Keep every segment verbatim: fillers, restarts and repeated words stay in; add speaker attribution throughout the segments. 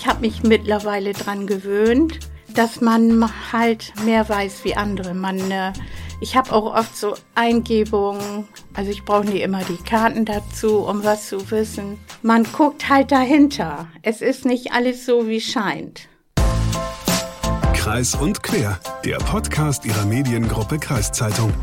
Speaker 1: Ich habe mich mittlerweile dran gewöhnt, dass man halt mehr weiß wie andere. Man, äh, ich habe auch oft so Eingebungen, also ich brauche nicht immer die Karten dazu, um was zu wissen. Man guckt halt dahinter. Es ist nicht alles so, wie scheint.
Speaker 2: Kreis und Quer, der Podcast Ihrer Mediengruppe Kreiszeitung.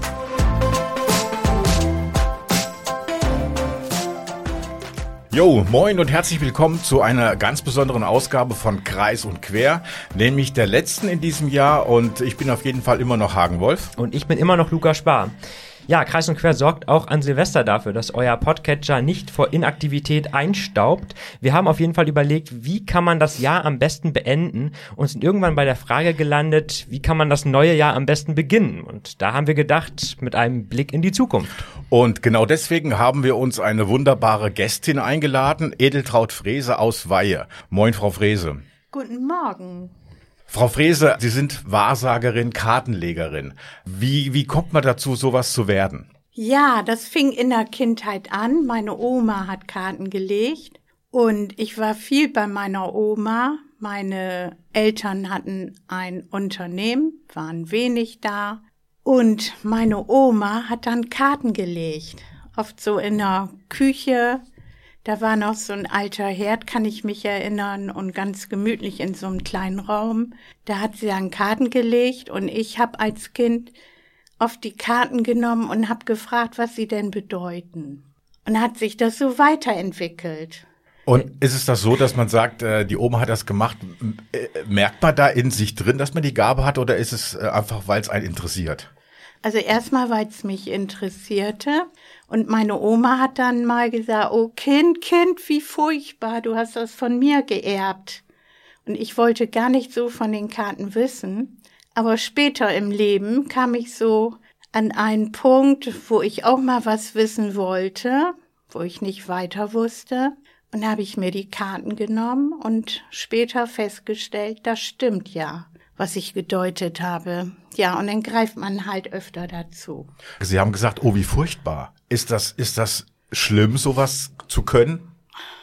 Speaker 3: Jo, moin und herzlich willkommen zu einer ganz besonderen Ausgabe von Kreis und Quer, nämlich der letzten in diesem Jahr, und ich bin auf jeden Fall immer noch Hagen Wolf.
Speaker 4: Und ich bin immer noch Lukas Spar. Ja, Kreis und Quer sorgt auch an Silvester dafür, dass euer Podcatcher nicht vor Inaktivität einstaubt. Wir haben auf jeden Fall überlegt, wie kann man das Jahr am besten beenden, und sind irgendwann bei der Frage gelandet, wie kann man das neue Jahr am besten beginnen? Und da haben wir gedacht, mit einem Blick in die Zukunft.
Speaker 3: Und genau deswegen haben wir uns eine wunderbare Gästin eingeladen, Edeltraud Frese aus Weihe. Moin, Frau Frese.
Speaker 1: Guten Morgen.
Speaker 3: Frau Frese, Sie sind Wahrsagerin, Kartenlegerin. Wie, wie kommt man dazu, sowas zu werden?
Speaker 1: Ja, das fing in der Kindheit an. Meine Oma hat Karten gelegt und ich war viel bei meiner Oma. Meine Eltern hatten ein Unternehmen, waren wenig da. Und meine Oma hat dann Karten gelegt, oft so in der Küche. Da war noch so ein alter Herd, kann ich mich erinnern, und ganz gemütlich in so einem kleinen Raum. Da hat sie dann Karten gelegt und ich habe als Kind oft die Karten genommen und habe gefragt, was sie denn bedeuten. Und hat sich das so weiterentwickelt.
Speaker 3: Und ist es das so, dass man sagt, äh, die Oma hat das gemacht, äh, merkt man da in sich drin, dass man die Gabe hat, oder ist es äh, einfach, weil es einen interessiert?
Speaker 1: Also erstmal, weil es mich interessierte, und meine Oma hat dann mal gesagt, oh Kind, Kind, wie furchtbar, du hast das von mir geerbt. Und ich wollte gar nicht so von den Karten wissen, aber später im Leben kam ich so an einen Punkt, wo ich auch mal was wissen wollte, wo ich nicht weiter wusste. Und da habe ich mir die Karten genommen und später festgestellt, das stimmt ja, was ich gedeutet habe. Ja, und dann greift man halt öfter dazu.
Speaker 3: Sie haben gesagt, oh, wie furchtbar. Ist das, ist das schlimm, sowas zu können?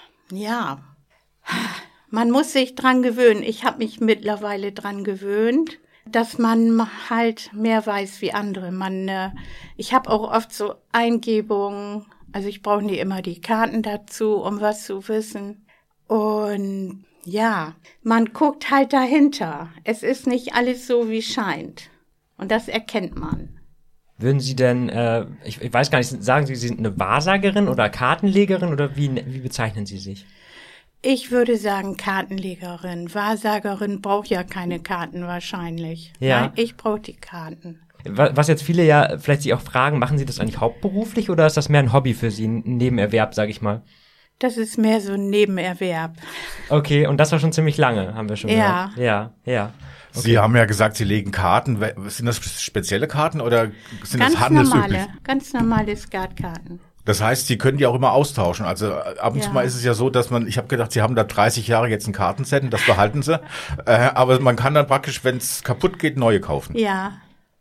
Speaker 1: Ja, man muss sich dran gewöhnen. Ich habe mich mittlerweile dran gewöhnt, dass man halt mehr weiß wie andere. Man, äh, ich habe auch oft so Eingebungen, also ich brauche nicht immer die Karten dazu, um was zu wissen. Und ja, man guckt halt dahinter. Es ist nicht alles so, wie scheint. Und das erkennt man.
Speaker 4: Würden Sie denn, äh, ich, ich weiß gar nicht, sagen Sie, Sie sind eine Wahrsagerin oder Kartenlegerin, oder wie, wie bezeichnen Sie sich?
Speaker 1: Ich würde sagen Kartenlegerin. Wahrsagerin braucht ja keine Karten wahrscheinlich.
Speaker 4: Ja.
Speaker 1: Nein, ich brauche die Karten.
Speaker 4: Was jetzt viele ja vielleicht sich auch fragen, machen Sie das eigentlich hauptberuflich oder ist das mehr ein Hobby für Sie, ein Nebenerwerb, sage ich mal?
Speaker 1: Das ist mehr so ein Nebenerwerb.
Speaker 4: Okay, und das war schon ziemlich lange, haben wir schon
Speaker 1: ja.
Speaker 4: gehört. Ja, ja. Okay.
Speaker 3: Sie haben ja gesagt, Sie legen Karten. Sind das spezielle Karten oder sind
Speaker 1: ganz
Speaker 3: das handelsüblich?
Speaker 1: Normale, ganz normale Skatkarten.
Speaker 3: Das heißt, Sie können die auch immer austauschen. Also ab und
Speaker 1: ja.
Speaker 3: zu mal ist es ja so, dass man, ich habe gedacht, Sie haben da dreißig Jahre jetzt ein Kartenset und das behalten Sie. äh, aber man kann dann praktisch, wenn es kaputt geht, neue kaufen.
Speaker 1: Ja.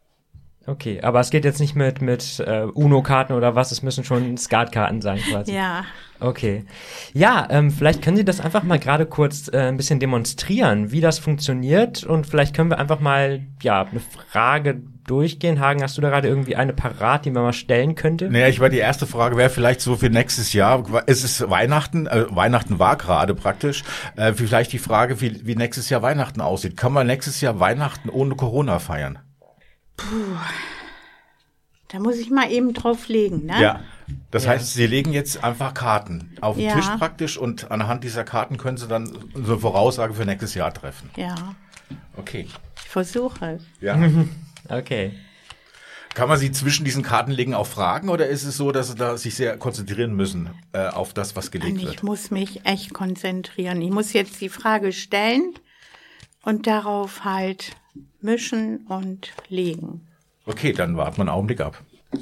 Speaker 4: Okay, aber es geht jetzt nicht mit mit äh, Uno-Karten oder was, es müssen schon Skatkarten sein quasi.
Speaker 1: Ja.
Speaker 4: Okay. Ja, ähm, vielleicht können Sie das einfach mal gerade kurz äh, ein bisschen demonstrieren, wie das funktioniert, und vielleicht können wir einfach mal, ja, eine Frage durchgehen. Hagen, hast du da gerade irgendwie eine parat, die man mal stellen könnte?
Speaker 3: Naja, ich war die erste Frage wäre vielleicht so für nächstes Jahr. Es ist Weihnachten, äh, Weihnachten war gerade praktisch. Äh, vielleicht die Frage, wie, wie nächstes Jahr Weihnachten aussieht. Kann man nächstes Jahr Weihnachten ohne Corona feiern?
Speaker 1: Puh, da muss ich mal eben drauf legen, ne?
Speaker 3: Ja, das
Speaker 4: Ja.
Speaker 3: heißt, Sie legen jetzt einfach Karten auf den
Speaker 1: Ja.
Speaker 3: Tisch praktisch, und anhand dieser Karten können Sie dann so eine Voraussage für nächstes Jahr treffen.
Speaker 1: Ja,
Speaker 3: Okay.
Speaker 1: ich versuche es.
Speaker 3: Ja.
Speaker 4: Okay.
Speaker 3: Kann man Sie zwischen diesen Kartenlegen auch fragen, oder ist es so, dass Sie da sich sehr konzentrieren müssen äh, auf das, was gelegt
Speaker 1: Ich
Speaker 3: wird?
Speaker 1: muss mich echt konzentrieren. Ich muss jetzt die Frage stellen und darauf halt mischen und legen.
Speaker 3: Okay, dann warten wir einen Augenblick ab.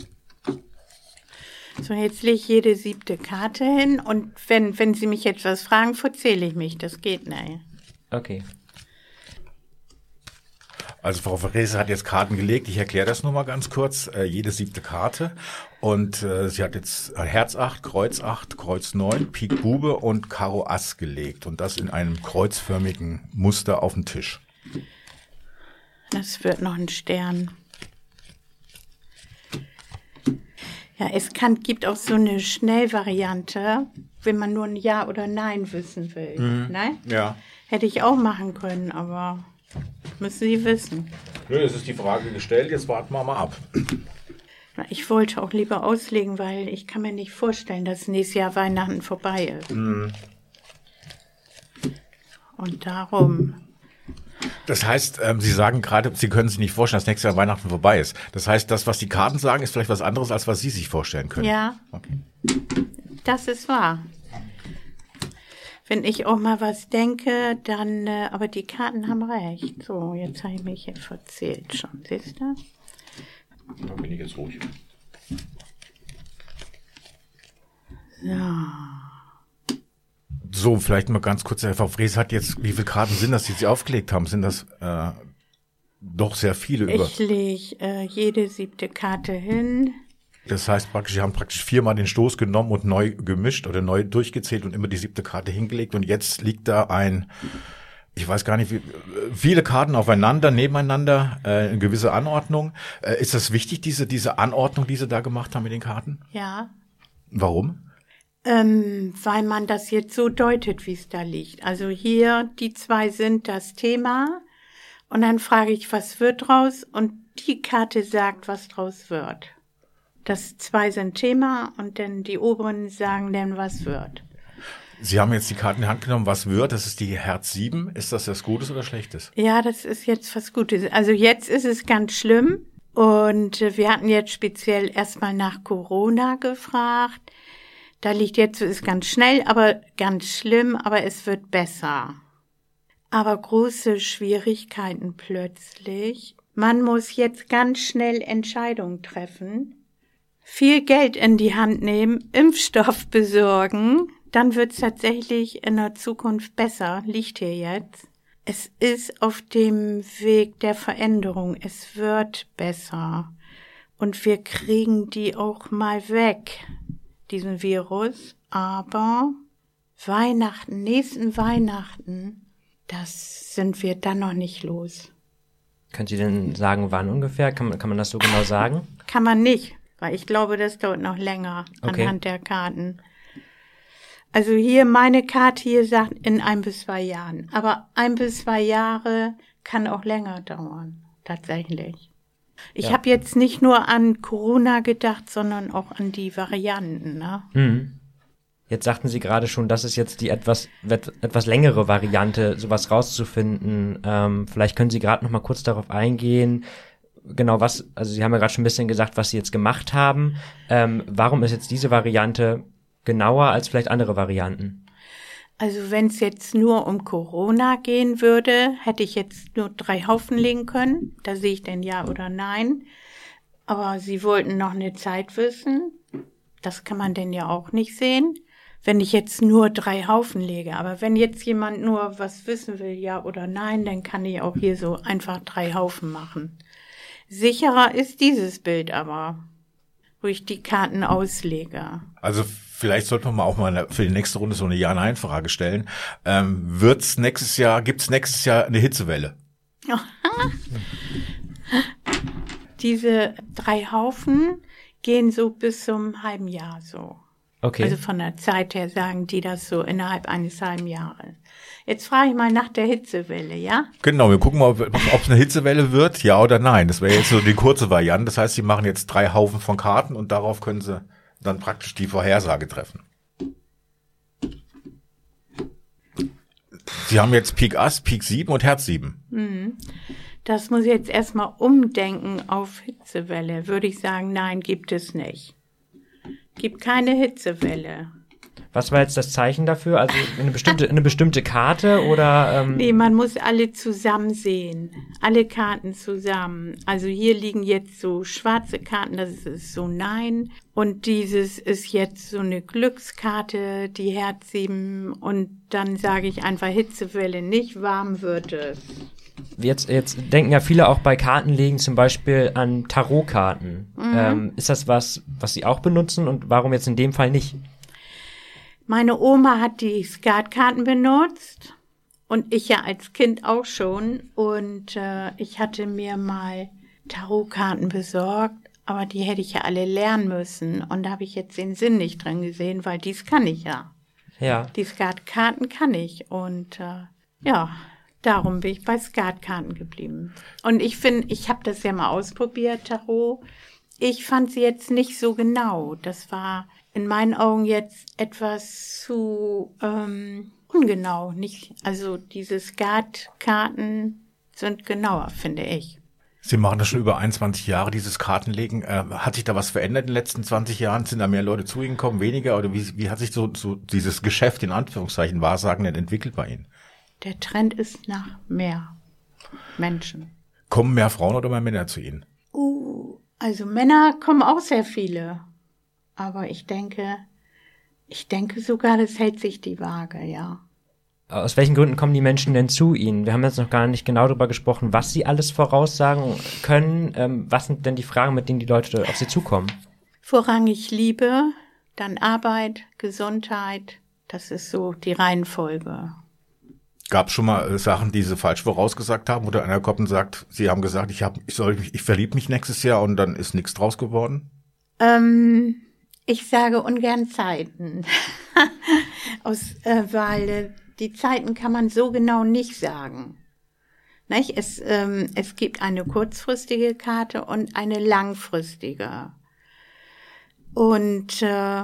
Speaker 1: So, jetzt lege ich jede siebte Karte hin, und wenn, wenn Sie mich jetzt was fragen, verzähle ich mich. Das geht nicht.
Speaker 4: Okay.
Speaker 3: Also Frau Frese hat jetzt Karten gelegt. Ich erkläre das nur mal ganz kurz. Äh, jede siebte Karte. Und äh, sie hat jetzt Herz acht, Kreuz acht, Kreuz neun, Pik Bube und Karo Ass gelegt. Und das in einem kreuzförmigen Muster auf dem Tisch.
Speaker 1: Das wird noch ein Stern. Ja, es kann, gibt auch so eine Schnellvariante, wenn man nur ein Ja oder Nein wissen will.
Speaker 3: Mhm.
Speaker 1: Ne?
Speaker 3: Ja.
Speaker 1: Hätte ich auch machen können, aber müssen Sie wissen.
Speaker 3: Nö, es ist die Frage gestellt, jetzt warten wir mal ab.
Speaker 1: Ich wollte auch lieber auslegen, weil ich kann mir nicht vorstellen, dass nächstes Jahr Weihnachten vorbei ist.
Speaker 3: Mhm.
Speaker 1: Und darum.
Speaker 3: Das heißt, ähm, Sie sagen gerade, Sie können sich nicht vorstellen, dass nächstes Jahr Weihnachten vorbei ist. Das heißt, das, was die Karten sagen, ist vielleicht was anderes, als was Sie sich vorstellen können.
Speaker 1: Ja,
Speaker 3: okay.
Speaker 1: Das ist wahr. Wenn ich auch mal was denke, dann, äh, aber die Karten haben recht. So, jetzt habe ich mich hier verzählt schon, siehst du?
Speaker 3: Da bin ich jetzt ruhig.
Speaker 1: So.
Speaker 3: So, vielleicht mal ganz kurz, Frau Frese hat jetzt, wie viele Karten sind das, die Sie aufgelegt haben? Sind das äh, doch sehr viele? Über?
Speaker 1: Ich lege äh, jede siebte Karte hin.
Speaker 3: Das heißt praktisch, Sie haben praktisch viermal den Stoß genommen und neu gemischt oder neu durchgezählt und immer die siebte Karte hingelegt. Und jetzt liegt da ein, ich weiß gar nicht, wie, viele Karten aufeinander, nebeneinander, äh, in gewisse Anordnung. Äh, ist das wichtig, diese diese Anordnung, die Sie da gemacht haben mit den Karten?
Speaker 1: Ja.
Speaker 3: Warum?
Speaker 1: Ähm, weil man das jetzt so deutet, wie es da liegt. Also hier, die zwei sind das Thema. Und dann frage ich, was wird draus? Und die Karte sagt, was draus wird. Das zwei sind Thema und dann die oberen sagen dann, was wird.
Speaker 3: Sie haben jetzt die Karten in die Hand genommen, was wird? Das ist die Herz sieben. Ist das was Gutes oder Schlechtes?
Speaker 1: Ja, das ist jetzt was Gutes. Also jetzt ist es ganz schlimm. Und wir hatten jetzt speziell erstmal nach Corona gefragt. Da liegt jetzt, ist ganz schnell, aber ganz schlimm, aber es wird besser. Aber große Schwierigkeiten plötzlich. Man muss jetzt ganz schnell Entscheidungen treffen. Viel Geld in die Hand nehmen, Impfstoff besorgen, dann wird's tatsächlich in der Zukunft besser, liegt hier jetzt. Es ist auf dem Weg der Veränderung, es wird besser. Und wir kriegen die auch mal weg, diesen Virus. Aber Weihnachten, nächsten Weihnachten, das sind wir dann noch nicht los.
Speaker 4: Können Sie denn sagen, wann ungefähr? Kann man, kann man das so genau sagen?
Speaker 1: Kann man nicht. Weil ich glaube, das dauert noch länger
Speaker 4: okay.
Speaker 1: anhand der Karten. Also hier, meine Karte hier sagt in ein bis zwei Jahren. Aber ein bis zwei Jahre kann auch länger dauern, tatsächlich. Ich
Speaker 4: ja.
Speaker 1: habe jetzt nicht nur an Corona gedacht, sondern auch an die Varianten. Ne?
Speaker 4: Mhm. Jetzt sagten Sie gerade schon, das ist jetzt die etwas etwas längere Variante, sowas rauszufinden. Ähm, vielleicht können Sie gerade noch mal kurz darauf eingehen. Genau, was, also Sie haben ja gerade schon ein bisschen gesagt, was Sie jetzt gemacht haben. Ähm, warum ist jetzt diese Variante genauer als vielleicht andere Varianten?
Speaker 1: Also wenn es jetzt nur um Corona gehen würde, hätte ich jetzt nur drei Haufen legen können. Da sehe ich denn ja oder nein. Aber Sie wollten noch eine Zeit wissen. Das kann man denn ja auch nicht sehen, wenn ich jetzt nur drei Haufen lege. Aber wenn jetzt jemand nur was wissen will, ja oder nein, dann kann ich auch hier so einfach drei Haufen machen. Sicherer ist dieses Bild aber, wo ich die Karten auslege.
Speaker 3: Also vielleicht sollte man mal auch mal für die nächste Runde so eine Ja-Nein-Frage stellen. Ähm, wird's nächstes Jahr, gibt's nächstes Jahr eine Hitzewelle?
Speaker 1: Diese drei Haufen gehen so bis zum halben Jahr so.
Speaker 4: Okay.
Speaker 1: Also von der Zeit her sagen die das so innerhalb eines halben Jahres. Jetzt frage ich mal nach der Hitzewelle, ja?
Speaker 3: Genau, wir gucken mal, ob es eine Hitzewelle wird, ja oder nein. Das wäre jetzt so die kurze Variante. Das heißt, Sie machen jetzt drei Haufen von Karten und darauf können Sie dann praktisch die Vorhersage treffen. Sie haben jetzt Pik Ass, Pik sieben und Herz sieben.
Speaker 1: Mhm. Das muss ich jetzt erstmal umdenken auf Hitzewelle. Würde ich sagen, nein, gibt es nicht. Gibt keine Hitzewelle.
Speaker 4: Was war jetzt das Zeichen dafür? Also eine bestimmte, eine bestimmte Karte oder? Ähm
Speaker 1: Nee, man muss alle zusammen sehen. Alle Karten zusammen. Also hier liegen jetzt so schwarze Karten, das ist so Nein. Und dieses ist jetzt so eine Glückskarte, die Herz sieben. Und dann sage ich einfach Hitzewelle nicht, warm wird es.
Speaker 4: Jetzt, jetzt denken ja viele auch bei Kartenlegen zum Beispiel an Tarotkarten. Mhm. Ähm, ist das was, was Sie auch benutzen und warum jetzt in dem Fall nicht?
Speaker 1: Meine Oma hat die Skatkarten benutzt und ich ja als Kind auch schon. Und äh, ich hatte mir mal Tarotkarten besorgt, aber die hätte ich ja alle lernen müssen. Und da habe ich jetzt den Sinn nicht drin gesehen, weil dies kann ich ja.
Speaker 4: Ja.
Speaker 1: Die Skatkarten kann ich und äh, ja, darum bin ich bei Skatkarten geblieben. Und ich finde, ich habe das ja mal ausprobiert, Tarot. Ich fand sie jetzt nicht so genau. Das war in meinen Augen jetzt etwas zu ähm, ungenau. Nicht, also diese Skatkarten sind genauer, finde ich.
Speaker 3: Sie machen das schon über einundzwanzig Jahre, dieses Kartenlegen. Äh, hat sich da was verändert in den letzten zwanzig Jahren? Sind da mehr Leute zu Ihnen gekommen, weniger? Oder wie, wie hat sich so, so dieses Geschäft, in Anführungszeichen, Wahrsagen denn entwickelt bei Ihnen?
Speaker 1: Der Trend ist nach mehr Menschen.
Speaker 3: Kommen mehr Frauen oder mehr Männer zu Ihnen?
Speaker 1: Uh, also Männer kommen auch sehr viele. Aber ich denke, ich denke sogar, das hält sich die Waage, ja.
Speaker 4: Aus welchen Gründen kommen die Menschen denn zu Ihnen? Wir haben jetzt noch gar nicht genau darüber gesprochen, was Sie alles voraussagen können. Ähm, was sind denn die Fragen, mit denen die Leute auf Sie zukommen?
Speaker 1: Vorrangig Liebe, dann Arbeit, Gesundheit. Das ist so die Reihenfolge.
Speaker 3: Gab es schon mal äh, Sachen, die Sie falsch vorausgesagt haben, oder einer kommt und sagt, Sie haben gesagt, ich hab, ich soll, ich verliebe mich nächstes Jahr und dann ist nichts draus geworden?
Speaker 1: Ähm, ich sage ungern Zeiten, aus, äh, weil äh, die Zeiten kann man so genau nicht sagen. Nicht? Es, ähm, es gibt eine kurzfristige Karte und eine langfristige. Und äh,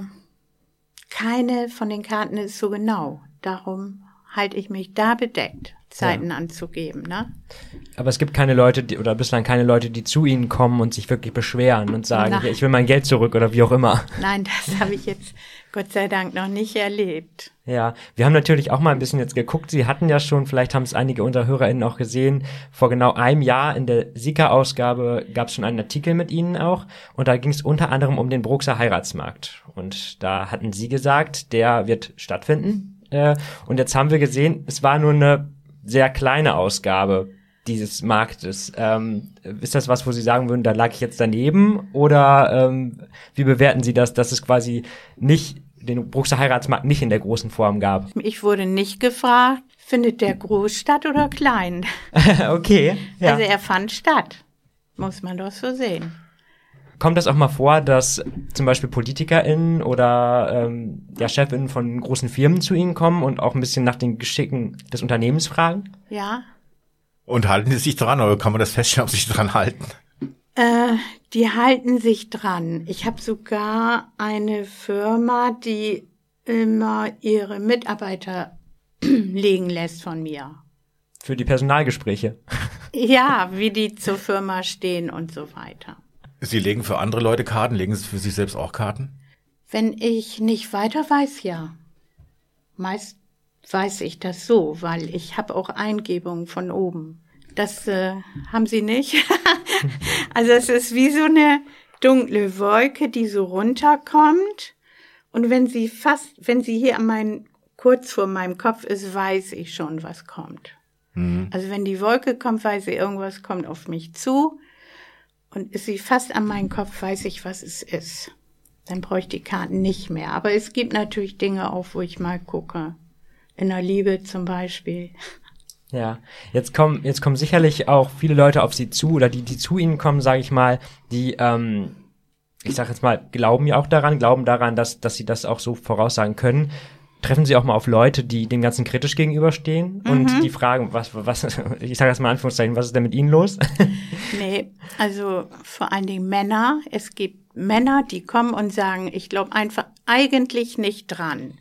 Speaker 1: keine von den Karten ist so genau. Darum halte ich mich da bedeckt, Zeiten ja. anzugeben. Ne?
Speaker 4: Aber es gibt keine Leute, die, oder bislang keine Leute, die zu Ihnen kommen und sich wirklich beschweren und sagen, Nein. ich will mein Geld zurück oder wie auch immer.
Speaker 1: Nein, das habe ich jetzt Gott sei Dank noch nicht erlebt.
Speaker 4: Ja, wir haben natürlich auch mal ein bisschen jetzt geguckt. Sie hatten ja schon, vielleicht haben es einige unserer HörerInnen auch gesehen, vor genau einem Jahr in der Sika-Ausgabe gab es schon einen Artikel mit Ihnen auch. Und da ging es unter anderem um den Bruxer Heiratsmarkt. Und da hatten Sie gesagt, der wird stattfinden. Äh, und jetzt haben wir gesehen, es war nur eine sehr kleine Ausgabe dieses Marktes. Ähm, ist das was, wo Sie sagen würden, da lag ich jetzt daneben? Oder ähm, wie bewerten Sie das, dass es quasi nicht den Bruxer Heiratsmarkt nicht in der großen Form gab?
Speaker 1: Ich wurde nicht gefragt, findet der groß statt oder klein?
Speaker 4: Okay. Ja.
Speaker 1: Also er fand statt, muss man doch so sehen.
Speaker 4: Kommt das auch mal vor, dass zum Beispiel PolitikerInnen oder ähm, ja, ChefInnen von großen Firmen zu Ihnen kommen und auch ein bisschen nach den Geschicken des Unternehmens fragen?
Speaker 1: Ja.
Speaker 3: Und halten die sich dran oder kann man das feststellen, ob sie sich dran halten?
Speaker 1: Äh, die halten sich dran. Ich habe sogar eine Firma, die immer ihre Mitarbeiter legen lässt von mir.
Speaker 4: Für die Personalgespräche?
Speaker 1: Ja, wie die zur Firma stehen und so weiter.
Speaker 3: Sie legen für andere Leute Karten, legen Sie für sich selbst auch Karten?
Speaker 1: Wenn ich nicht weiter weiß, ja. Meist weiß ich das so, weil ich habe auch Eingebungen von oben. Das äh, haben Sie nicht. Also es ist wie so eine dunkle Wolke, die so runterkommt. Und wenn sie fast, wenn sie hier an meinen, kurz vor meinem Kopf ist, weiß ich schon, was kommt. Mhm. Also wenn die Wolke kommt, weiß ich, irgendwas kommt auf mich zu. Und ist sie fast an meinen Kopf, weiß ich, was es ist. Dann brauche ich die Karten nicht mehr. Aber es gibt natürlich Dinge auch, wo ich mal gucke. In der Liebe zum Beispiel.
Speaker 4: Ja, jetzt kommen jetzt kommen sicherlich auch viele Leute auf Sie zu oder die die zu Ihnen kommen, sage ich mal, die ähm, ich sage jetzt mal glauben ja auch daran, glauben daran, dass dass Sie das auch so voraussagen können. Treffen Sie auch mal auf Leute, die dem Ganzen kritisch gegenüberstehen mhm. und die fragen, was was ich sage jetzt mal in Anführungszeichen, was ist denn mit Ihnen los?
Speaker 1: Nee, also vor allen Dingen Männer. Es gibt Männer, die kommen und sagen, ich glaube einfach eigentlich nicht dran.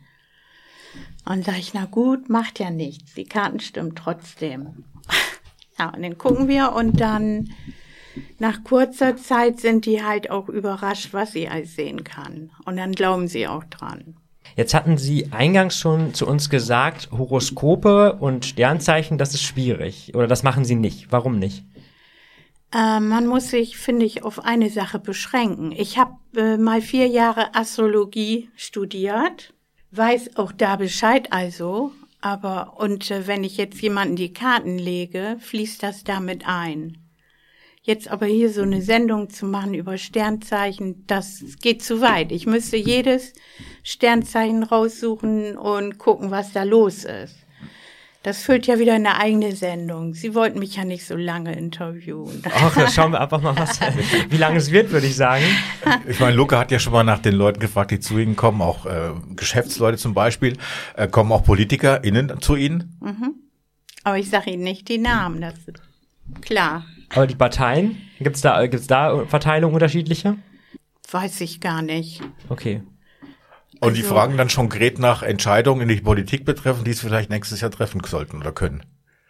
Speaker 1: Und sage ich, na gut, macht ja nichts. Die Karten stimmen trotzdem. Ja, und dann gucken wir und dann nach kurzer Zeit sind die halt auch überrascht, was sie alles sehen kann. Und dann glauben sie auch dran.
Speaker 4: Jetzt hatten Sie eingangs schon zu uns gesagt, Horoskope und Sternzeichen, das ist schwierig. Oder das machen Sie nicht. Warum nicht?
Speaker 1: Äh, man muss sich, finde ich, auf eine Sache beschränken. Ich habe äh, mal vier Jahre Astrologie studiert. Weiß auch da Bescheid also, Aber, und äh, wenn ich jetzt jemanden die Karten lege, fließt das damit ein. Jetzt aber hier so eine Sendung zu machen über Sternzeichen, das geht zu weit. Ich müsste jedes Sternzeichen raussuchen und gucken, was da los ist. Das füllt ja wieder eine eigene Sendung. Sie wollten mich ja nicht so lange interviewen.
Speaker 4: Ach, da schauen wir einfach mal, was, wie lange es wird, würde ich sagen.
Speaker 3: Ich meine, Luca hat ja schon mal nach den Leuten gefragt, die zu Ihnen kommen, auch äh, Geschäftsleute zum Beispiel. Äh, kommen auch PolitikerInnen zu Ihnen?
Speaker 1: Mhm. Aber ich sage Ihnen nicht die Namen, das ist klar.
Speaker 4: Aber die Parteien, gibt's da, gibt's da Verteilungen unterschiedliche?
Speaker 1: Weiß ich gar nicht.
Speaker 4: Okay.
Speaker 3: Und die
Speaker 1: Also-
Speaker 3: fragen dann schon konkret nach Entscheidungen, die die Politik betreffen, die es vielleicht nächstes Jahr treffen sollten oder können.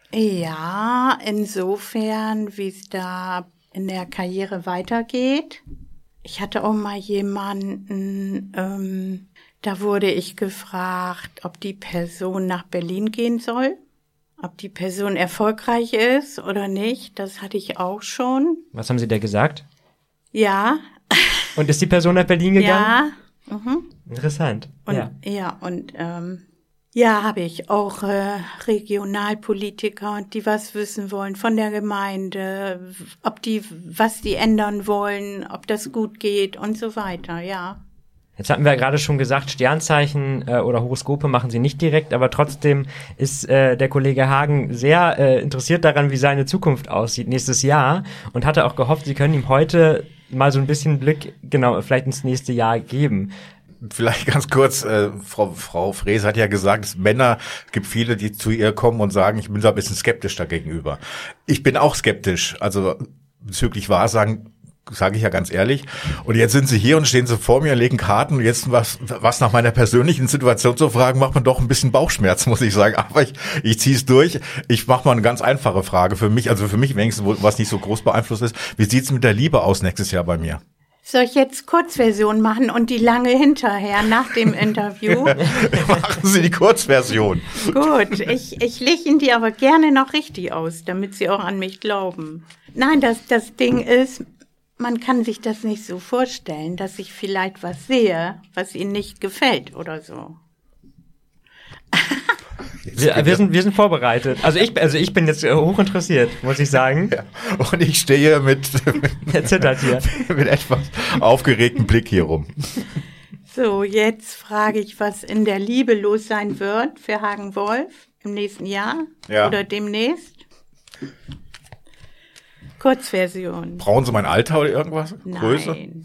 Speaker 1: Ja, insofern, wie es da in der Karriere weitergeht. Ich hatte auch mal jemanden, ähm, da wurde ich gefragt, ob die Person nach Berlin gehen soll, ob die Person erfolgreich ist oder nicht. Das hatte ich auch schon.
Speaker 4: Was haben Sie da gesagt?
Speaker 1: Ja,
Speaker 4: Und ist die Person nach Berlin gegangen?
Speaker 1: ja. Mhm.
Speaker 4: Interessant.
Speaker 1: Und,
Speaker 4: ja.
Speaker 1: ja, und ähm, ja, habe ich auch äh, Regionalpolitiker, die was wissen wollen von der Gemeinde, ob die, was die ändern wollen, ob das gut geht und so weiter, ja.
Speaker 4: Jetzt hatten wir ja gerade schon gesagt, Sternzeichen äh, oder Horoskope machen Sie nicht direkt, aber trotzdem ist äh, der Kollege Hagen sehr äh, interessiert daran, wie seine Zukunft aussieht nächstes Jahr und hatte auch gehofft, Sie können ihm heute mal so ein bisschen Blick, genau, vielleicht ins nächste Jahr geben.
Speaker 3: Vielleicht ganz kurz, äh, Frau, Frau Frees hat ja gesagt, es Männer gibt viele, die zu ihr kommen und sagen, ich bin da ein bisschen skeptisch dagegenüber. Ich bin auch skeptisch, also bezüglich Wahrsagen sage ich ja ganz ehrlich. Und jetzt sind Sie hier und stehen Sie vor mir, legen Karten und jetzt was, was nach meiner persönlichen Situation zu fragen, macht man doch ein bisschen Bauchschmerz, muss ich sagen. Aber ich, ich ziehe es durch. Ich mache mal eine ganz einfache Frage für mich, also für mich wenigstens, was nicht so groß beeinflusst ist. Wie sieht's mit der Liebe aus nächstes Jahr bei mir?
Speaker 1: Soll ich jetzt Kurzversion machen und die lange hinterher nach dem Interview?
Speaker 3: Machen Sie die Kurzversion.
Speaker 1: Gut, ich, ich lege Ihnen die aber gerne noch richtig aus, damit Sie auch an mich glauben. Nein, das, das Ding ist, man kann sich das nicht so vorstellen, dass ich vielleicht was sehe, was Ihnen nicht gefällt oder so.
Speaker 4: Wir, wir sind wir sind vorbereitet. Also ich also ich bin jetzt äh, hoch interessiert, muss ich sagen.
Speaker 3: Ja. Und ich stehe mit,
Speaker 4: Er zittert hier.
Speaker 3: mit etwas aufgeregtem Blick hier rum.
Speaker 1: So, jetzt frage ich, was in der Liebe los sein wird für Hagen Wolf im nächsten Jahr
Speaker 3: Ja.
Speaker 1: oder demnächst. Kurzversion.
Speaker 3: Brauchen Sie mein Alter oder irgendwas? Größe?
Speaker 1: Nein.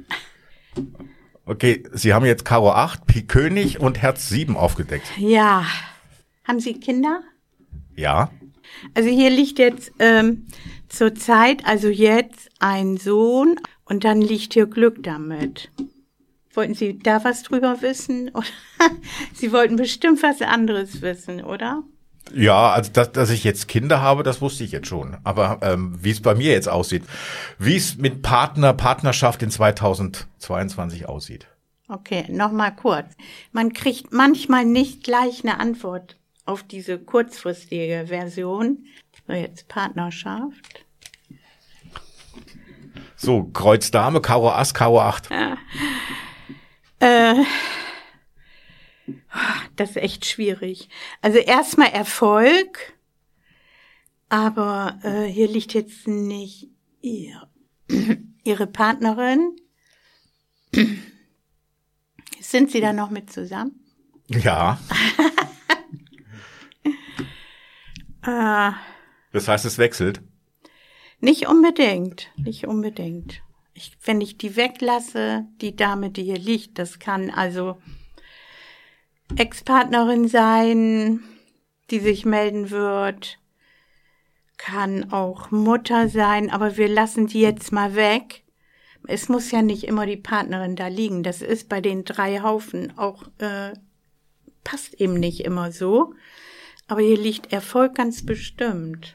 Speaker 3: Okay, Sie haben jetzt Karo acht, Pik König und Herz sieben aufgedeckt.
Speaker 1: Ja. Haben Sie Kinder?
Speaker 3: Ja.
Speaker 1: Also hier liegt jetzt ähm, zur Zeit, also jetzt ein Sohn und dann liegt hier Glück damit. Wollten Sie da was drüber wissen? Oder Sie wollten bestimmt was anderes wissen, oder?
Speaker 3: Ja, also dass, dass ich jetzt Kinder habe, das wusste ich jetzt schon. Aber ähm, wie es bei mir jetzt aussieht, wie es mit Partner, Partnerschaft in zweitausendzweiundzwanzig aussieht.
Speaker 1: Okay, nochmal kurz. Man kriegt manchmal nicht gleich eine Antwort auf diese kurzfristige Version. So, jetzt Partnerschaft.
Speaker 3: So, Kreuz Dame, Karo Ass, Karo acht.
Speaker 1: Äh, das ist echt schwierig. Also erstmal Erfolg, aber äh, hier liegt jetzt nicht ihr, Ihre Partnerin. Sind Sie da noch mit zusammen?
Speaker 3: Ja.
Speaker 1: Äh,
Speaker 3: Das heißt, es wechselt.
Speaker 1: nicht unbedingt, nicht unbedingt. Ich, wenn ich die weglasse, die Dame, die hier liegt, das kann also Ex-Partnerin sein, die sich melden wird, kann auch Mutter sein, aber wir lassen die jetzt mal weg. Es muss ja nicht immer die Partnerin da liegen. Das ist bei den drei Haufen auch, äh, passt eben nicht immer so. Aber hier liegt Erfolg ganz bestimmt.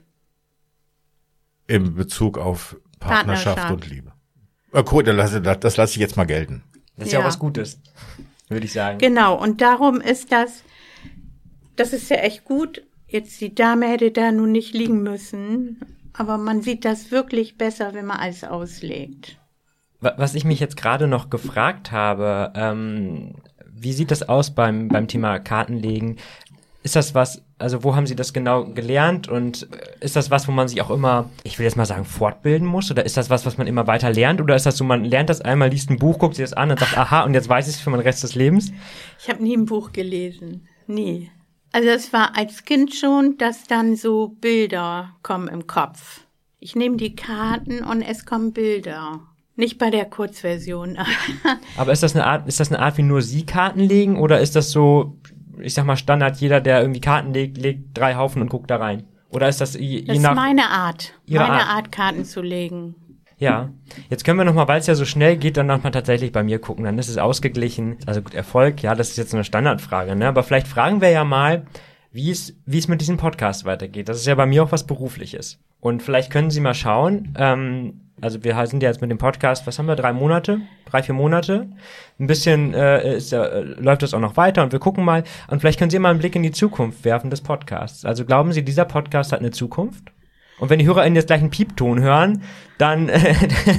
Speaker 3: Im Bezug auf Partnerschaft,
Speaker 1: Partnerschaft.
Speaker 3: und Liebe. Ah, gut, das, das, das lasse ich jetzt mal gelten.
Speaker 4: Das ist ja,
Speaker 1: Ja.
Speaker 4: auch was Gutes, würde ich sagen.
Speaker 1: Genau, und darum ist das, das ist ja echt gut. Jetzt die Dame hätte da nun nicht liegen müssen, aber man sieht das wirklich besser, wenn man alles auslegt.
Speaker 4: Wa- Was ich mich jetzt gerade noch gefragt habe, ähm, wie sieht das aus beim beim Thema Kartenlegen? ist das was, also wo haben Sie das genau gelernt und ist das was, wo man sich auch immer, ich will jetzt mal sagen, fortbilden muss oder ist das was, was man immer weiter lernt oder ist das so, man lernt das einmal, liest ein Buch, guckt sich das an und sagt, aha, und jetzt weiß ich es für meinen Rest des Lebens?
Speaker 1: Ich habe nie ein Buch gelesen, nie. Also es war als Kind schon, dass dann so Bilder kommen im Kopf. Ich nehme die Karten und es kommen Bilder. Nicht bei der Kurzversion.
Speaker 4: Aber ist das eine Art, ist das eine Art, wie nur Sie Karten legen oder ist das so, ich sag mal Standard, jeder, der irgendwie Karten legt, legt drei Haufen und guckt da rein? Oder ist das je,
Speaker 1: das
Speaker 4: je nach...
Speaker 1: Das ist meine Art,
Speaker 4: meine
Speaker 1: Art.
Speaker 4: Art,
Speaker 1: Karten zu legen.
Speaker 4: Ja, jetzt können wir nochmal, weil es ja so schnell geht, dann nochmal tatsächlich bei mir gucken, dann ist es ausgeglichen. Also gut, Erfolg, ja, das ist jetzt eine Standardfrage, ne? Aber vielleicht fragen wir ja mal, wie es, wie es mit diesem Podcast weitergeht. Das ist ja bei mir auch was Berufliches. Und vielleicht können Sie mal schauen, ähm, also wir sind ja jetzt mit dem Podcast, was haben wir, drei Monate, drei, vier Monate. Ein bisschen äh, ist, äh, läuft das auch noch weiter und wir gucken mal. Und vielleicht können Sie mal einen Blick in die Zukunft werfen des Podcasts. Also glauben Sie, dieser Podcast hat eine Zukunft? Und wenn die HörerInnen jetzt gleich einen Piepton hören, dann, äh,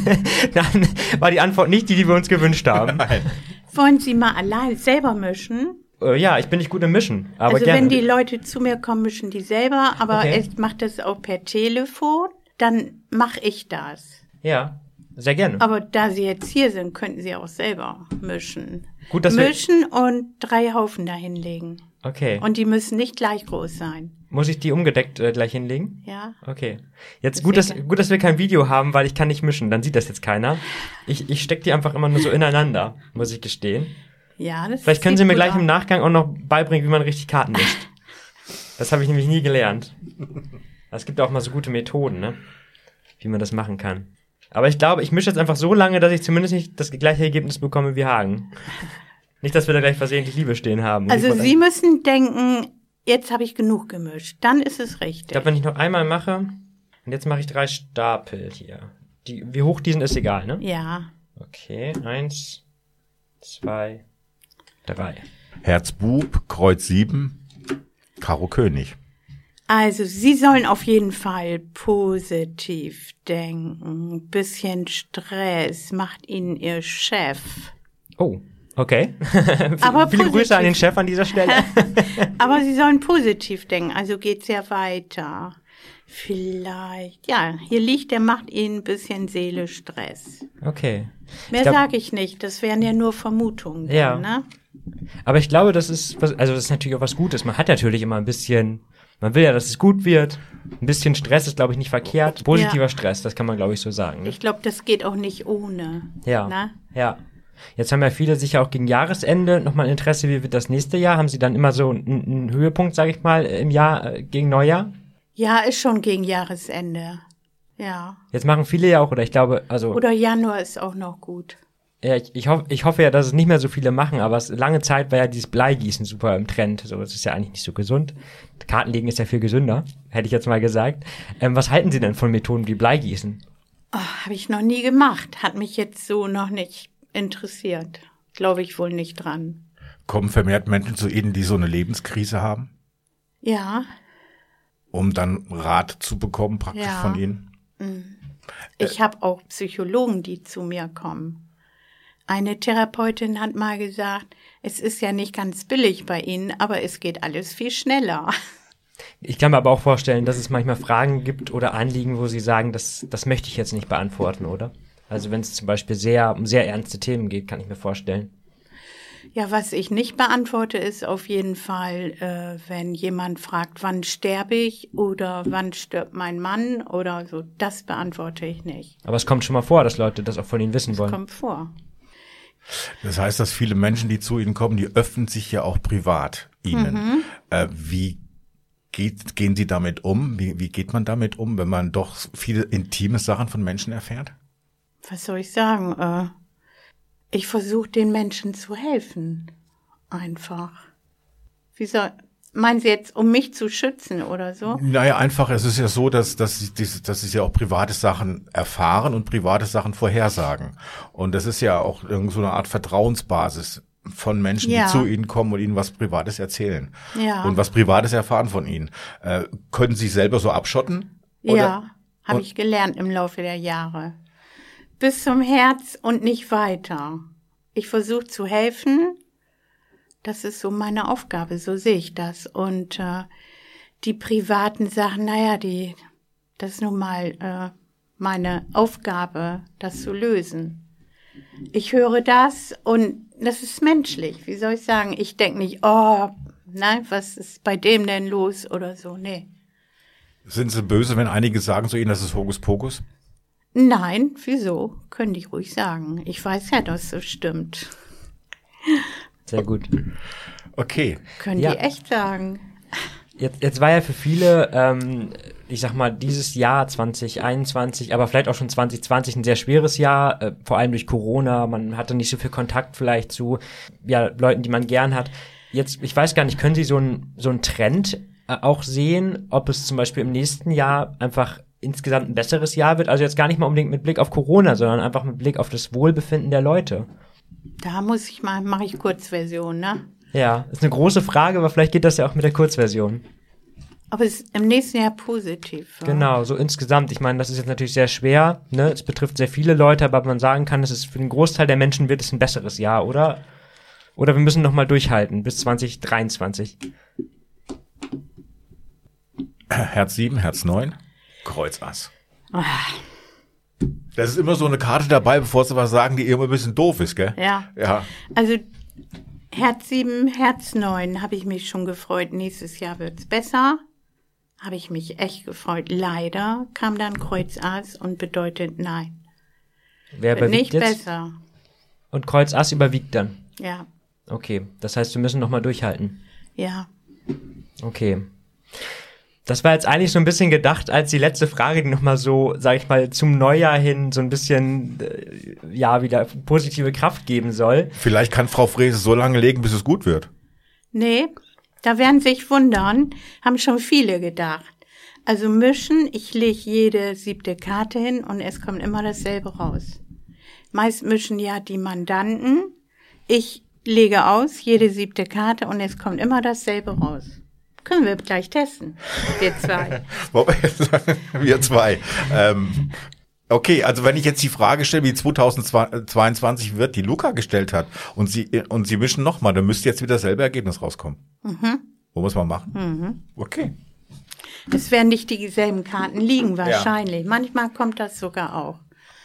Speaker 4: dann war die Antwort nicht die, die wir uns gewünscht haben.
Speaker 3: Nein.
Speaker 1: Wollen Sie mal allein selber mischen?
Speaker 4: Äh, ja, ich bin nicht gut im Mischen, aber
Speaker 1: also
Speaker 4: gerne.
Speaker 1: Wenn die Leute zu mir kommen, mischen die selber, aber
Speaker 4: Okay.
Speaker 1: ich mache das auch per Telefon, dann mache ich das.
Speaker 4: Ja, sehr gerne.
Speaker 1: Aber da Sie jetzt hier sind, könnten Sie auch selber mischen.
Speaker 4: Gut, dass wir-
Speaker 1: mischen und drei Haufen dahinlegen.
Speaker 4: Okay.
Speaker 1: Und die müssen nicht gleich groß sein.
Speaker 4: Muss ich die umgedeckt äh, gleich hinlegen?
Speaker 1: Ja.
Speaker 4: Okay. Jetzt
Speaker 1: Das
Speaker 4: gut, dass,
Speaker 1: wäre ge-
Speaker 4: gut, dass wir kein Video haben, weil ich kann nicht mischen. Dann sieht das jetzt keiner. Ich, ich steck die einfach immer nur so ineinander, muss ich gestehen.
Speaker 1: Ja, das
Speaker 4: Vielleicht können
Speaker 1: sieht
Speaker 4: Sie mir
Speaker 1: gut
Speaker 4: gleich
Speaker 1: aus.
Speaker 4: im Nachgang auch noch beibringen, wie man richtig Karten mischt. Das habe ich nämlich nie gelernt. Es gibt auch mal so gute Methoden, ne? Wie man das machen kann. Aber ich glaube, ich mische jetzt einfach so lange, dass ich zumindest nicht das gleiche Ergebnis bekomme wie Hagen. Nicht, dass wir da gleich versehentlich Liebe stehen haben.
Speaker 1: Also
Speaker 4: Ich wollte-
Speaker 1: Sie müssen denken, jetzt habe ich genug gemischt. Dann ist es
Speaker 4: Ich
Speaker 1: richtig.
Speaker 4: glaube, wenn ich noch einmal mache, und jetzt mache ich drei Stapel hier. Die, wie hoch die sind, ist egal, ne?
Speaker 1: Ja.
Speaker 4: Okay, eins, zwei, drei.
Speaker 3: Herz Bub, Kreuz sieben, Karo König.
Speaker 1: Also Sie sollen auf jeden Fall positiv denken. Bisschen Stress macht Ihnen Ihr Chef.
Speaker 4: Oh, okay.
Speaker 1: Aber
Speaker 4: Viele
Speaker 1: positiv.
Speaker 4: Grüße an den Chef an dieser Stelle.
Speaker 1: Aber Sie sollen positiv denken, also geht's ja weiter. Vielleicht, ja, hier liegt, der macht Ihnen ein bisschen Seele-Stress.
Speaker 4: Okay.
Speaker 1: Mehr
Speaker 4: glaub-
Speaker 1: sage ich nicht, das wären ja nur Vermutungen. dann,
Speaker 4: Ja.
Speaker 1: Ne?
Speaker 4: Aber ich glaube, das ist, was, also das ist natürlich auch was Gutes. Man hat natürlich immer ein bisschen, man will ja, dass es gut wird. Ein bisschen Stress ist, glaube ich, nicht verkehrt. Positiver
Speaker 1: Ja.
Speaker 4: Stress, das kann man, glaube ich, so sagen. Ne?
Speaker 1: Ich glaube, das geht auch nicht ohne.
Speaker 4: Ja,
Speaker 1: Ne?
Speaker 4: ja. Jetzt haben ja viele sicher auch gegen Jahresende nochmal ein Interesse, wie wird das nächste Jahr? Haben Sie dann immer so einen, einen Höhepunkt, sage ich mal, im Jahr äh, gegen Neujahr?
Speaker 1: Ja, ist schon gegen Jahresende. Ja.
Speaker 4: Jetzt machen viele ja auch, oder ich glaube, also
Speaker 1: Oder Januar ist auch noch gut.
Speaker 4: ja, ich, ich, hoffe, ich hoffe ja, dass es nicht mehr so viele machen, aber es, lange Zeit war ja dieses Bleigießen super im Trend. So, das ist ja eigentlich nicht so gesund. Kartenlegen ist ja viel gesünder, hätte ich jetzt mal gesagt. Ähm, was halten Sie denn von Methoden wie Bleigießen?
Speaker 1: Oh, habe ich noch nie gemacht. Hat mich jetzt so noch nicht interessiert. Glaube ich wohl nicht dran.
Speaker 3: Kommen vermehrt Menschen zu Ihnen, die so eine Lebenskrise haben,
Speaker 1: Ja.
Speaker 3: um dann Rat zu bekommen praktisch
Speaker 1: Ja.
Speaker 3: von Ihnen?
Speaker 1: Ich habe auch Psychologen, die zu mir kommen. Eine Therapeutin hat mal gesagt, es ist ja nicht ganz billig bei Ihnen, aber es geht alles viel schneller.
Speaker 4: Ich kann mir aber auch vorstellen, dass es manchmal Fragen gibt oder Anliegen, wo Sie sagen, das, das möchte ich jetzt nicht beantworten, oder? Also wenn es zum Beispiel sehr um sehr ernste Themen geht, kann ich mir vorstellen.
Speaker 1: Ja, was ich nicht beantworte, ist auf jeden Fall, äh, wenn jemand fragt, wann sterbe ich oder wann stirbt mein Mann oder so, das beantworte ich nicht.
Speaker 4: Aber es kommt schon mal vor, dass Leute das auch von Ihnen wissen
Speaker 1: Das
Speaker 4: wollen.
Speaker 1: kommt vor.
Speaker 3: Das heißt, dass viele Menschen, die zu Ihnen kommen, die öffnen sich ja auch privat Ihnen. Äh, wie geht, gehen Sie damit um? Wie, wie geht man damit um, wenn man doch viele intime Sachen von Menschen erfährt?
Speaker 1: Was soll ich sagen? Äh, ich versuche den Menschen zu helfen. Einfach. Wie soll, meinen Sie jetzt, um mich zu schützen oder so?
Speaker 3: Naja, einfach, es ist ja so, dass, dass, sie, diese- dass sie ja auch private Sachen erfahren und private Sachen vorhersagen. Und das ist ja auch irgend so eine Art Vertrauensbasis von Menschen,
Speaker 1: Ja.
Speaker 3: die zu Ihnen kommen und Ihnen was Privates erzählen.
Speaker 1: Ja.
Speaker 3: Und was Privates erfahren von Ihnen. Äh, können Sie selber so abschotten? Oder-
Speaker 1: Ja, habe
Speaker 3: und-
Speaker 1: ich gelernt im Laufe der Jahre. Bis zum Herz und nicht weiter. Ich versuche zu helfen Das ist so meine Aufgabe, so sehe ich das. Und äh, die privaten Sachen, naja, die, das ist nun mal äh, meine Aufgabe, das zu lösen. Ich höre das und das ist menschlich. Wie soll ich sagen? Ich denke nicht, oh, nein, was ist bei dem denn los oder so. Nee.
Speaker 3: Sind Sie böse, wenn einige sagen zu Ihnen, das ist Hokuspokus?
Speaker 1: Nein, wieso? Können die ruhig sagen. Ich weiß ja, dass es stimmt.
Speaker 4: Sehr gut.
Speaker 3: Okay.
Speaker 1: Können
Speaker 4: Ja.
Speaker 1: die echt sagen.
Speaker 4: Jetzt, jetzt war ja für viele, ähm, ich sag mal, dieses Jahr zwanzig einundzwanzig, aber vielleicht auch schon zwanzig zwanzig ein sehr schweres Jahr, äh, vor allem durch Corona. Man hatte nicht so viel Kontakt vielleicht zu ja, Leuten, die man gern hat. Jetzt, ich weiß gar nicht, können Sie so einen so einen Trend äh, auch sehen, ob es zum Beispiel im nächsten Jahr einfach insgesamt ein besseres Jahr wird? Also jetzt gar nicht mal unbedingt mit Blick auf Corona, sondern einfach mit Blick auf das Wohlbefinden der Leute.
Speaker 1: Da muss ich mal, mache ich Kurzversion, ne?
Speaker 4: Ja, ist eine große Frage, aber vielleicht geht das ja auch mit der Kurzversion.
Speaker 1: Ob es im nächsten Jahr positiv war.
Speaker 4: Genau, so insgesamt. Ich meine, das ist jetzt natürlich sehr schwer, ne? Es betrifft sehr viele Leute, aber man sagen kann, es ist für den Großteil der Menschen wird es ein besseres Jahr, oder? Oder wir müssen noch mal durchhalten bis zwanzig dreiundzwanzig.
Speaker 3: Herz sieben, Herz neun, Kreuz Ass.
Speaker 1: Ah,
Speaker 3: Das ist immer so eine Karte dabei, bevor Sie was sagen, die immer ein bisschen doof ist, gell?
Speaker 1: ja.
Speaker 3: Ja.
Speaker 1: Also Herz sieben, Herz neun habe ich mich schon gefreut. Nächstes Jahr wird's besser. Habe ich mich echt gefreut. Leider kam dann Kreuz Ass und bedeutet nein.
Speaker 4: Wer
Speaker 1: Wird
Speaker 4: überwiegt
Speaker 1: nicht
Speaker 4: jetzt?
Speaker 1: besser.
Speaker 4: Und Kreuz Ass überwiegt dann.
Speaker 1: Ja,
Speaker 4: Okay, das heißt, wir müssen noch mal durchhalten.
Speaker 1: ja.
Speaker 4: Okay. Das war jetzt eigentlich so ein bisschen gedacht als die letzte Frage, die nochmal so, sag ich mal, zum Neujahr hin so ein bisschen, äh, ja, wieder positive Kraft geben soll.
Speaker 3: Vielleicht kann Frau Frese so lange legen, bis es gut wird.
Speaker 1: Nee, da werden sich wundern, haben schon viele gedacht. Also mischen, ich lege jede siebte Karte hin und es kommt immer dasselbe raus. Meist mischen ja die Mandanten. Ich lege aus, jede siebte Karte und es kommt immer dasselbe raus. Können wir gleich testen, wir zwei.
Speaker 3: Wir zwei. Ähm, okay, also wenn ich jetzt die Frage stelle, wie zweitausendzweiundzwanzig wird, die Luca gestellt hat, und sie und sie mischen nochmal, dann müsste jetzt wieder dasselbe Ergebnis rauskommen.
Speaker 1: Mhm.
Speaker 3: Wo muss man machen?
Speaker 1: Mhm.
Speaker 3: Okay.
Speaker 1: Es werden nicht dieselben Karten liegen, wahrscheinlich. Ja. Manchmal kommt das sogar auch.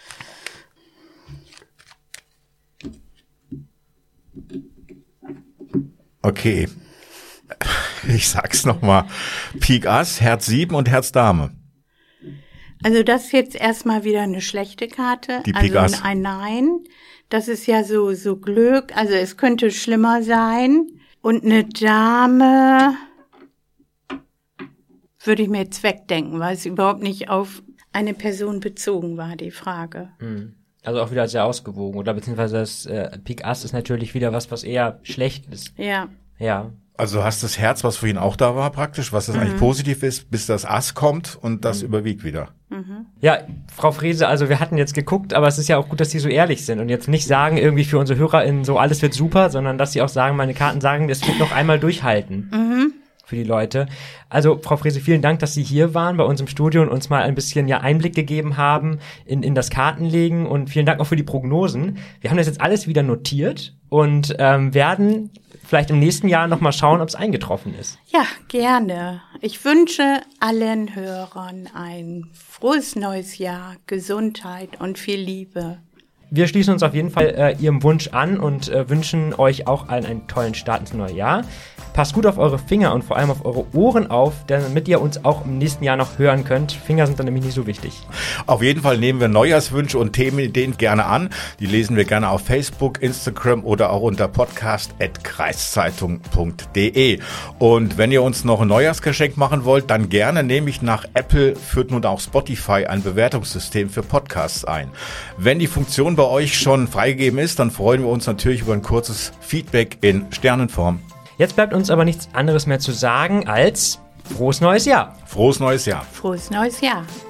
Speaker 3: Okay. Ich sag's nochmal. Pik Ass, Herz sieben und Herz Dame.
Speaker 1: Also das ist jetzt erstmal wieder eine schlechte Karte.
Speaker 3: Die Pik Ass.
Speaker 1: Also ein Nein. Das ist ja so, so Glück. Also es könnte schlimmer sein. Und eine Dame würde ich mir jetzt wegdenken, weil es überhaupt nicht auf eine Person bezogen war, die Frage.
Speaker 4: Also auch wieder sehr ausgewogen. Oder beziehungsweise das äh, Pik Ass ist natürlich wieder was, was eher schlecht ist.
Speaker 1: Ja.
Speaker 4: Ja.
Speaker 3: Also du hast das Herz, was vorhin auch da war praktisch, was das
Speaker 1: Mhm.
Speaker 3: eigentlich positiv ist, bis das Ass kommt und das mhm. überwiegt wieder.
Speaker 4: Ja, Frau Frese, also wir hatten jetzt geguckt, aber es ist ja auch gut, dass Sie so ehrlich sind und jetzt nicht sagen irgendwie für unsere HörerInnen so, alles wird super, sondern dass Sie auch sagen, meine Karten sagen, das wird noch einmal durchhalten.
Speaker 1: Mhm.
Speaker 4: Für die Leute. Also, Frau Frese, vielen Dank, dass Sie hier waren bei uns im Studio und uns mal ein bisschen ja Einblick gegeben haben in, in das Kartenlegen und vielen Dank auch für die Prognosen. Wir haben das jetzt alles wieder notiert und ähm, werden vielleicht im nächsten Jahr nochmal schauen, ob es eingetroffen ist.
Speaker 1: Ja, gerne. Ich wünsche allen Hörern ein frohes neues Jahr, Gesundheit und viel Liebe.
Speaker 4: Wir schließen uns auf jeden Fall äh, Ihrem Wunsch an und äh, wünschen euch auch allen einen tollen Start ins neue Jahr. Passt gut auf eure Finger und vor allem auf eure Ohren auf, damit ihr uns auch im nächsten Jahr noch hören könnt. Finger sind dann nämlich nicht so wichtig.
Speaker 3: Auf jeden Fall nehmen wir Neujahrswünsche und Themenideen gerne an. Die lesen wir gerne auf Facebook, Instagram oder auch unter podcast at kreiszeitung punkt de. Und wenn ihr uns noch ein Neujahrsgeschenk machen wollt, dann gerne, nämlich nach Apple führt nun auch Spotify ein Bewertungssystem für Podcasts ein. Wenn die Funktion bei euch schon freigegeben ist, dann freuen wir uns natürlich über ein kurzes Feedback in Sternenform.
Speaker 4: Jetzt bleibt uns aber nichts anderes mehr zu sagen als frohes neues Jahr.
Speaker 3: Frohes neues Jahr.
Speaker 1: Frohes neues Jahr.